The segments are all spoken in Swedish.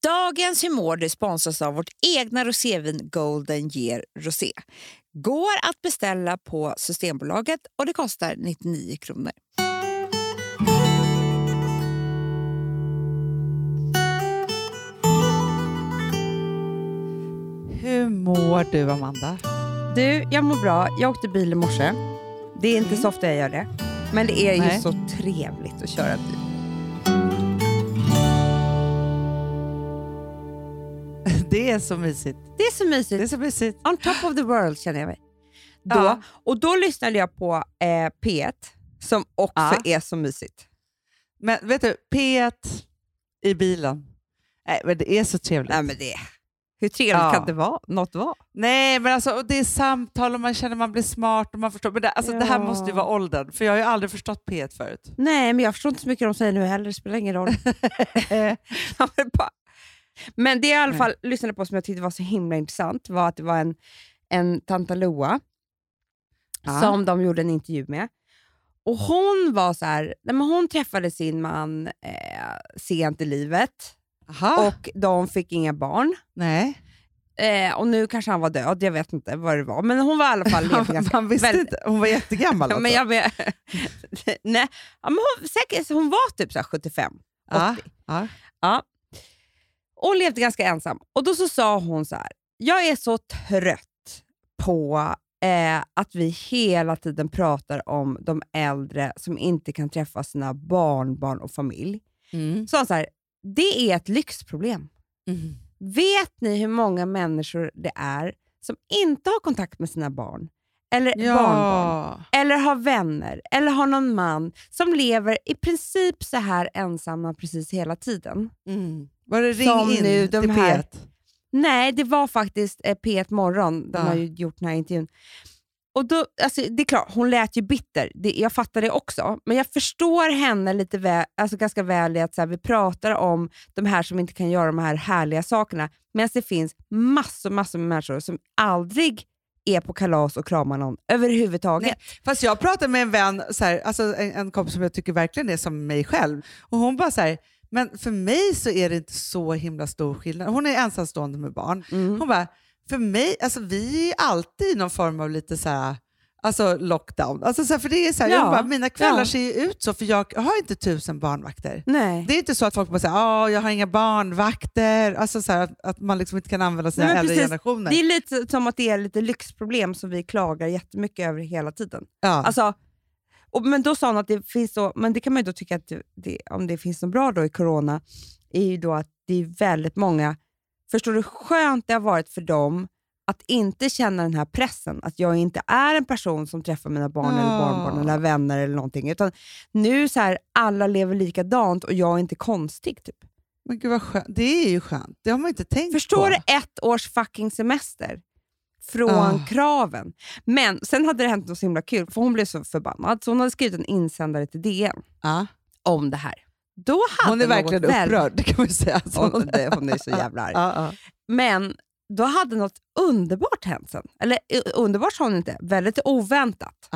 Dagens Hur mår du sponsras av vårt egna rosévin Golden Year Rosé. Går att beställa på Systembolaget och det kostar 99 kronor. Hur mår du, Amanda? Du, jag mår bra. Jag åkte bil i morse. Det är inte så ofta jag gör det. Men det är ju så trevligt att köra bil. Det är så mysigt. Det är så mysigt. Det är så mysigt. On top of the world känner jag mig. Ja. Och då lyssnade jag på P1 som också är så mysigt. Men vet du, P1 i bilen. Nej, men det är så trevligt. Nej, men hur trevligt kan det vara? Något vara? Nej, men alltså, det är samtal och man känner man blir smart och man förstår. Men det här måste ju vara åldern. För jag har ju aldrig förstått P1 förut. Nej, men jag förstår inte så mycket de säger nu heller. Det spelar ingen roll. Men det jag i alla fall lyssnade på som jag tyckte var så himla intressant var att det var en tanta Loa som de gjorde en intervju med. Och hon var så här, men hon träffade sin man sent i livet. Aha. Och de fick inga barn. Nej. Och nu kanske han var död, jag vet inte vad det var. Men hon var i alla fall man visste inte, hon var jättegammal. Men jag vet, nej, ja, men hon var typ så här 75, 80. Ja. Och levde ganska ensam. Och då så sa hon så här: jag är så trött på att vi hela tiden pratar om de äldre som inte kan träffa sina barn och familj. Så hon så här, det är ett lyxproblem. Vet ni hur många människor det är som inte har kontakt med sina barn eller barnbarn eller har vänner eller har någon man som lever i princip så här ensamma precis hela tiden? Var det ring som in nu, till P1? Nej, det var faktiskt P1 morgon. De har ju gjort den här intervjun. Och då, alltså, det är klart, hon lät ju bitter. Jag fattar det också. Men jag förstår henne lite ganska väl i att så här, vi pratar om de här som inte kan göra de här härliga sakerna. Men det finns massor med människor som aldrig är på kalas och kramar någon överhuvudtaget. Nej, fast jag pratade med en vän, så här, alltså en kompis som jag tycker verkligen är som mig själv. Och hon bara så här, men för mig så är det inte så himla stor skillnad. Hon är ensamstående med barn. Hon bara, för mig, alltså vi är alltid i någon form av lite så här, alltså lockdown. Alltså så här, för det är så här, jag bara, mina kvällar ser ju ut så, för jag har inte 1000 barnvakter. Nej. Det är inte så att folk bara säger, jag har inga barnvakter. Alltså så här, att man liksom inte kan använda sina äldre generationer. Det är lite som att det är lite lyxproblem som vi klagar jättemycket över hela tiden. Ja. Alltså, men då sa hon att det finns så, men det kan man ju då tycka att om det finns så bra då i corona, är ju då att det är väldigt många. Förstår du hur skönt det har varit för dem att inte känna den här pressen, att jag inte är en person som träffar mina barn eller barnbarn eller vänner eller någonting, utan nu så här, alla lever likadant och jag är inte konstig typ. Men gud vad skönt. Det är ju skönt. Det har man inte tänkt på. Förstår du 1 års fucking semester från kraven. Men sen hade det hänt något så himla kul, för hon blev så förbannad så hon hade skrivit en insändare till DN om det här. Då hade hon är verkligen upprörd, det kan man säga. Hon är så jävla arg. Men då hade något underbart hänt sen. Eller underbart sa hon inte, väldigt oväntat.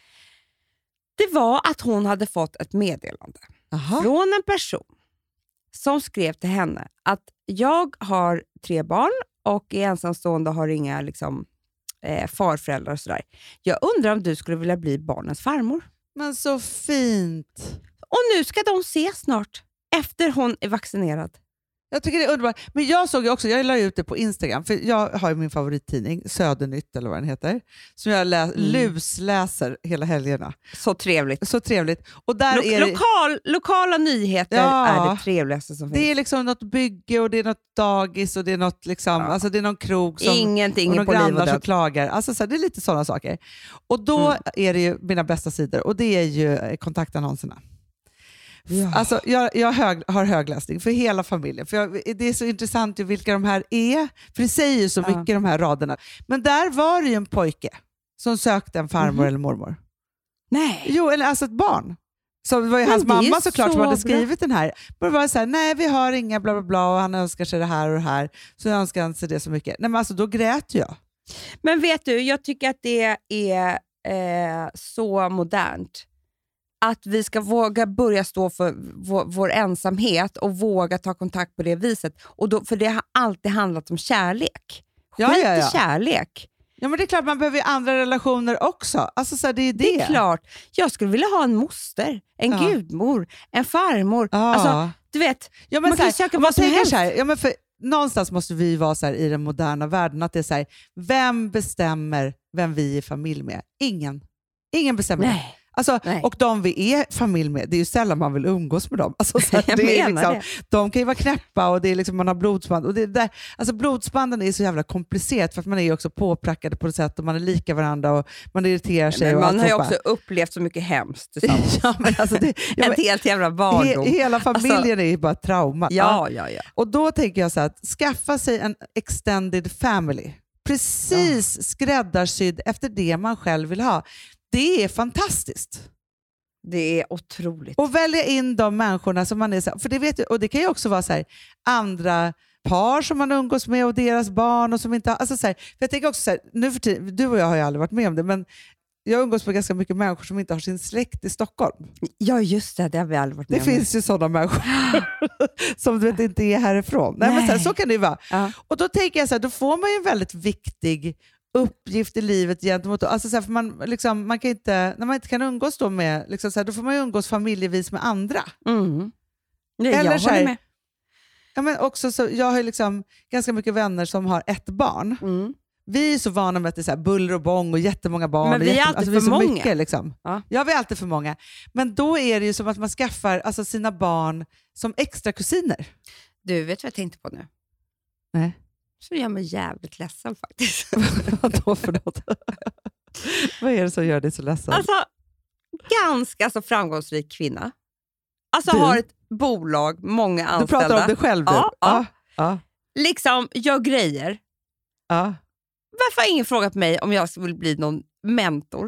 Det var att hon hade fått ett meddelande från en person som skrev till henne att jag har 3 barn och är ensamstående och har inga liksom, farföräldrar och sådär. Jag undrar om du skulle vilja bli barnens farmor. Men så fint. Och nu ska de ses snart efter hon är vaccinerad. Jag tycker det är underbart. Men jag såg ju också, jag la ut det på Instagram, för jag har ju min favorittidning, Södernytt eller vad den heter, som jag lusläser hela helgerna. Så trevligt. Så trevligt. Och där är lokala nyheter är det trevligaste som finns. Det är liksom något bygge och det är något dagis och det är något liksom, alltså det är någon krog som, ingenting och är på liv och grannar som död. klagar. Alltså så här, det är lite sådana saker. Och då är det ju mina bästa sidor och det är ju kontaktannonserna. Ja. Alltså, jag har högläsning för hela familjen. För det är så intressant vilka de här är. För det säger ju så mycket de här raderna. Men där var det ju en pojke som sökte en farmor eller mormor. Nej. Jo, eller alltså ett barn. Så det var ju hans mamma såklart som hade skrivit den här. Men det var så här, nej vi har inga bla bla bla och han önskar sig det här och det här. Så jag önskar sig det så mycket. Nej men alltså då grät jag. Men vet du, jag tycker att det är så modernt att vi ska våga börja stå för vår ensamhet och våga ta kontakt på det viset. Och då, för det har alltid handlat om kärlek. Skit i kärlek. Ja, men det är klart man behöver ju andra relationer också. Alltså, så här, det är det. Det är klart. Jag skulle vilja ha en moster, en gudmor, en farmor. Alltså, du vet, ja, men man kan söka vad som helst. Så här, ja, men för någonstans måste vi vara så här i den moderna världen att det är så här, vem bestämmer vem vi är familj med? Ingen bestämmer. Nej. Alltså, och de vi är familj med, det är ju sällan man vill umgås med dem. Alltså, så det är liksom, de kan ju vara knäppa och det är liksom, man har blodsband. Och det där, alltså, blodsbanden är så jävla komplicerat för att man är ju också påprackade på ett sätt och man är lika varandra och man irriterar sig. Men och man har ju bara också upplevt så mycket hemskt tillsammans. Ja, men alltså ett helt jävla barndom. Hela familjen är ju bara trauma. Ja. Och då tänker jag så här, att skaffa sig en extended family. Precis skräddarsydd efter det man själv vill ha. Det är fantastiskt. Det är otroligt. Och välja in de människorna som man är så här, för det vet jag, och det kan ju också vara så här, andra par som man umgås med och deras barn och som inte har, alltså så här, för jag tänker också så här, nu för tiden, du och jag har ju aldrig varit med om det, men jag umgås med ganska mycket människor som inte har sin släkt i Stockholm. Ja, just det har vi aldrig varit med om. Det finns ju sådana människor som du vet inte är härifrån. Nej. Men så kan det ju vara. Ja. Och då tänker jag så här, då får man ju en väldigt viktig uppgift i livet gentemot, alltså så här, för man kan inte, när man inte kan umgås då med, liksom så här, då får man ju umgås familjevis med andra. Eller jag håller med. Ja, men också så, jag har ju liksom ganska mycket vänner som har ett barn. Vi är så vana med att det är så här buller och bång och jättemånga barn. Men vi är alltid för många. Mycket, liksom. Ja, vi är alltid för många. Men då är det ju som att man skaffar alltså, sina barn som extra kusiner. Du, vet vad jag tänkte på nu? Nej. Så gör mig jävligt ledsen faktiskt. Vadå för något? Vad är det som gör dig så ledsen? Alltså, ganska så framgångsrik kvinna. Alltså har ett bolag, många anställda. Du pratar om dig själv nu? Ja. Liksom gör grejer. Ja. Varför har ingen frågat mig om jag skulle bli någon mentor?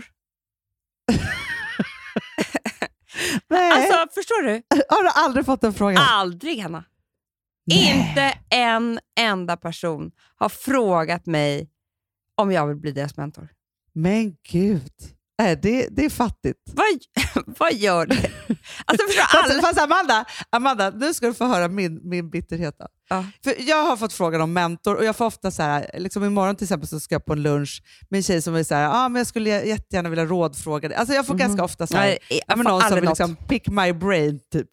Nej. Alltså, förstår du? Har du aldrig fått en fråga? Aldrig, Hanna. Nej. Inte en enda person har frågat mig om jag vill bli deras mentor. Men gud. Nej, det är fattigt. Vad gör det? Alltså, fast Amanda, nu ska du få höra min bitterhet. För jag har fått frågan om mentor och jag får ofta så här, liksom imorgon till exempel så ska jag på en lunch med en tjej som är så här, men jag skulle jättegärna vilja rådfråga dig. Alltså jag får ganska ofta så här, någon som vill liksom pick my brain typ.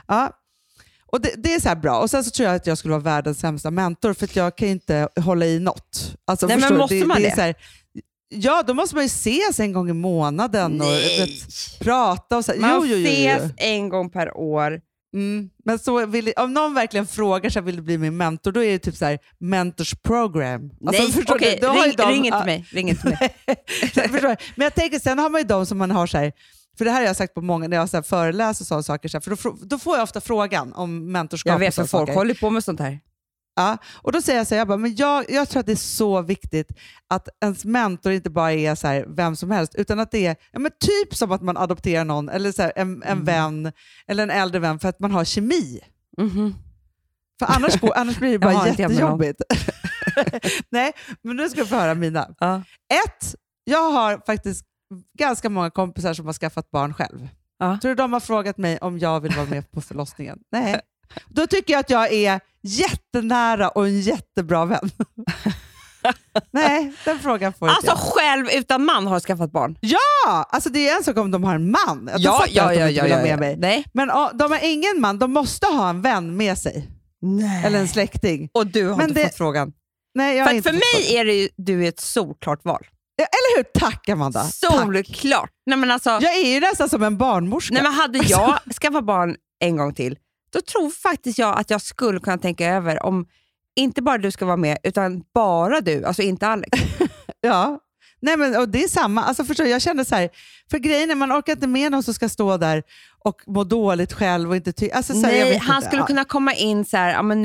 Och det är så här bra. Och sen så tror jag att jag skulle vara världens sämsta mentor för att jag kan inte hålla i något. Alltså, nej, men måste man det? Är så här, ja, då måste man ju ses en gång i månaden och prata och så. Man ses en gång per år. Men så om någon verkligen frågar sig vill du bli min mentor, då är det typ så här mentors program. Alltså, nej, ring inte mig. Men jag tänker, sen har man ju de som man har så här, för det här har jag sagt på många när jag har föreläst och sådana saker, så här, för då får jag ofta frågan om mentorskap. Jag vet att folk håller på med sånt här. Ja, och då säger jag så här, men jag tror att det är så viktigt att ens mentor inte bara är så här, vem som helst, utan att det är men typ som att man adopterar någon eller så här, en vän eller en äldre vän för att man har kemi. För annars blir det bara jättejobbigt. Nej, men nu ska jag få höra mina. Jag har faktiskt ganska många kompisar som har skaffat barn själv. Tror du de har frågat mig om jag vill vara med på förlossningen? Nej. Då tycker jag att jag är jättenära och en jättebra vän. Nej, den frågan får alltså jag. Själv utan man har skaffat barn? Ja! Alltså det är en sak om de har en man. Ja. Med mig. Nej. Men de har ingen man, de måste ha en vän med sig. Nej. Eller en släkting. Och du har inte fått frågan? Nej, jag har inte för mig är det ju, du är ett solklart val. Eller hur? Tack Amanda. Solklart. Tack. Nej, men alltså, jag är ju nästan som en barnmorska. Nej, men hade jag skaffat barn en gång till, då tror faktiskt jag att jag skulle kunna tänka över om inte bara du ska vara med, utan bara du, alltså inte Alex. Ja, nej men och det är samma. Alltså förstår jag kände så här, för grejen är man orkar inte med någon som ska stå där och må dåligt själv och inte alltså, så här, nej, jag vet han inte. skulle kunna komma in så här, ja men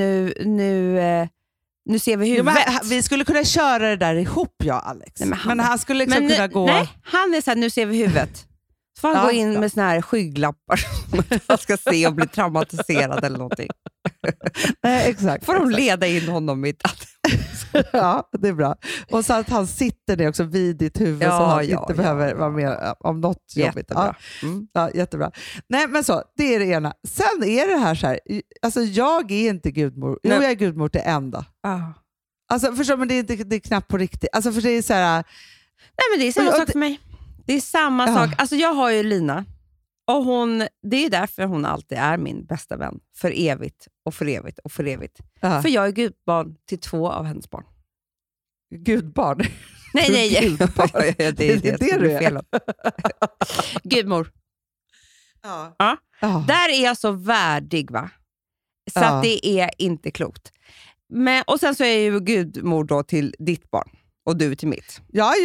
nu ser vi huvudet. Ja, vi skulle kunna köra det där ihop, jag och Alex. Nej, men han skulle liksom kunna gå... Nej, han är så här, nu ser vi huvudet. Så får han gå in med såna här skygglappar som han ska se och bli traumatiserad eller någonting. Nej, exakt. Får de leda in honom i ett Ja, det är bra. Och så att han sitter där också vid ditt huvud så han inte behöver vara med om något jobbigt. Jättebra. Ja, jättebra. Nej, men så, det är det ena. Sen är det här så här, alltså jag är inte gudmor. Jo, jag är gudmor till enda. Alltså förstår man, det är knappt på riktigt. Alltså för det är så här... Nej, men det är samma sak för mig. Det är samma sak. Alltså jag har ju Lina. Och det är därför hon alltid är min bästa vän. För evigt och för evigt och för evigt. För jag är gudbarn till 2 av hennes barn. Gudbarn? Nej. Gudbarn. det är det du är. Fel. Gudmor. Ja. Där är jag så värdig, va? Så att det är inte klokt. Men, och sen så är jag ju gudmor då till ditt barn. Och du till mitt. Ja.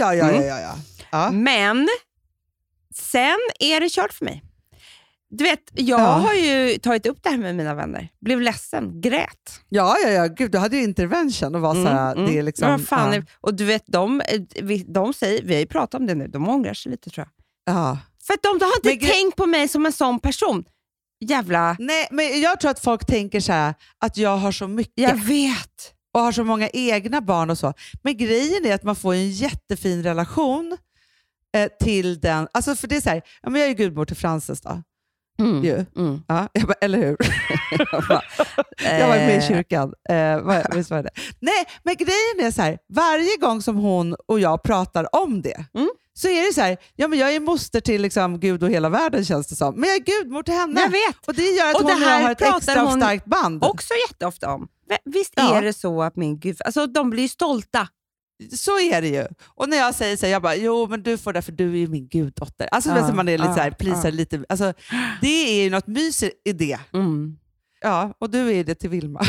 Men sen är det kört för mig. Du vet, jag har ju tagit upp det här med mina vänner. Blev ledsen, grät. Ja. Gud, du hade ju intervention och var så här, det är liksom... Ja, fan, och du vet, de säger, vi har ju pratat om det nu, de ångrar sig lite tror jag. Ja. För att de har inte tänkt på mig som en sån person. Jävla... Nej, men jag tror att folk tänker så här, att jag har så mycket. Jag vet. Och har så många egna barn och så. Men grejen är att man får en jättefin relation till den. Alltså för det är så här, jag är ju gudmor till Frances då. Ja, eller hur? Jag var med i kyrkan. Visst var det. Nej, men grejen är så här, varje gång som hon och jag pratar om det så är det så här, men jag är moster till liksom Gud och hela världen känns det som. Men jag är gudmor till henne. Jag vet. Och det gör att hon och jag har ett extra starkt band. Också jätteofta om. Visst är det så att min Gud, alltså de blir stolta. Så är det ju. Och när jag säger så här, jag bara, jo men du får det för du är ju min guddotter. Alltså man är lite så här, plisar lite. Alltså, det är ju något mysigt i det. Ja, och du är det till Vilma.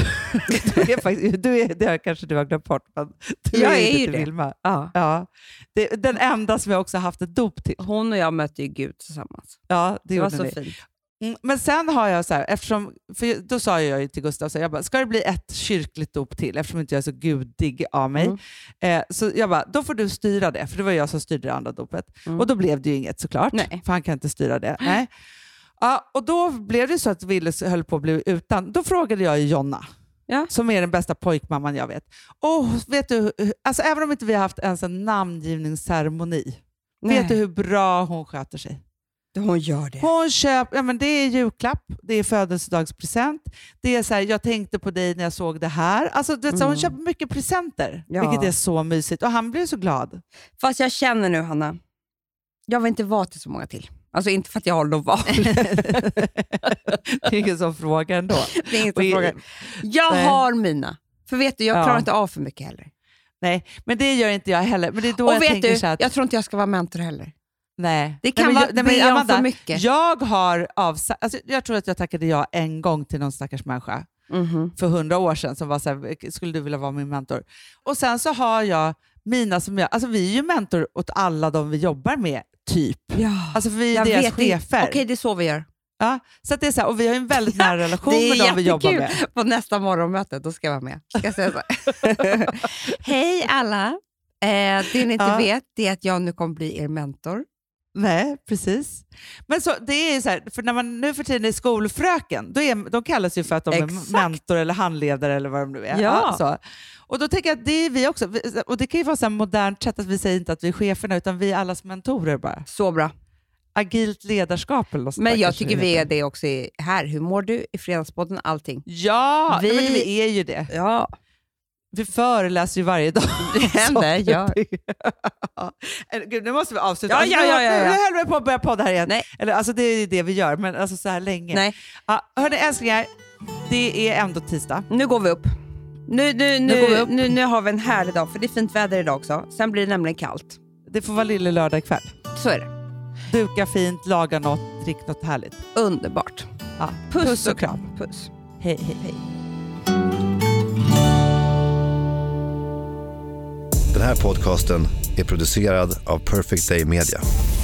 Det har kanske du har glömt bort. Men jag är ju det till Vilma. Ja. Det är den enda som jag också haft ett dop till. Hon och jag mötte ju Gud tillsammans. Ja, det var så fint. Men sen har jag så här, för då sa jag ju till Gustav, så jag bara, ska det bli ett kyrkligt dop till eftersom inte jag är så gudig av mig. Så jag bara, då får du styra det, för det var jag som styrde det andra dopet. Och då blev det ju inget såklart, för han kan inte styra det. Nej. Ja, och då blev det så att Ville höll på att bli utan. Då frågade jag Jonna, som är den bästa pojkmamman jag vet. Och vet du, alltså även om inte vi har haft ens en namngivningsceremoni, vet du hur bra hon sköter sig? Hon gör det. Hon köper, men det är julklapp, det är födelsedagspresent. Det är så här, jag tänkte på dig när jag såg det här. Alltså, du vet, så hon köper mycket presenter, vilket är så mysigt. Och han blir så glad. Fast jag känner nu, Hanna, jag vill inte vara till så många till. Alltså inte för att jag har någon val. Det är ingen som frågar ändå. Det är ingen som frågar. Jag har mina. För vet du, jag klarar inte av för mycket heller. Nej, men det gör inte jag heller. Men det är då och jag vet tänker du, så att... jag tror inte jag ska vara mentor heller. Nej. Det kan vara Amanda, för mycket. Jag har jag tror att jag tackade jag en gång till någon stackars människa för 100 år sedan som var så här, skulle du vilja vara min mentor? Och sen så har jag mina som jag, alltså vi är ju mentor åt alla de vi jobbar med typ. Ja, alltså för vi är deras chefer. Okej, det är så vi gör. Ja, så att det är så här, och vi har en väldigt nära relation med de vi jobbar med. På nästa morgonmöte, då ska jag vara med. Ska jag säga så hej alla. Det ni inte vet, det är att jag nu kommer bli er mentor. Nej, precis. Men så, det är så här, för när man nu för tiden är skolfröken, de kallas ju för att de är mentor eller handledare eller vad de nu är. Ja. Så. Och då tänker jag att det är vi också. Och det kan ju vara så här modernt sätt att vi säger inte att vi är cheferna, utan vi är allas mentorer bara. Så bra. Agilt ledarskap eller något. Men jag tycker vi är det också här. Hur mår du i Fredagspodden? Allting. Ja, vi är ju det. Ja. Vi föreläser ju varje dag. Det händer, ja. Gud, nu måste vi avsluta. Ja. Nu höll vi på att börja podda här igen. Nej. Eller, alltså, det är det vi gör, men alltså, så här länge. Nej. Ja, hörni älsklingar, det är ändå tisdag. Nu går vi upp. Nu har vi en härlig dag, för det är fint väder idag också. Sen blir det nämligen kallt. Det får vara lille lördag kväll. Så är det. Duka fint, laga något, drick något härligt. Underbart. Ja. Puss och kram. Puss. Hej, hej, hej. Den här podcasten är producerad av Perfect Day Media.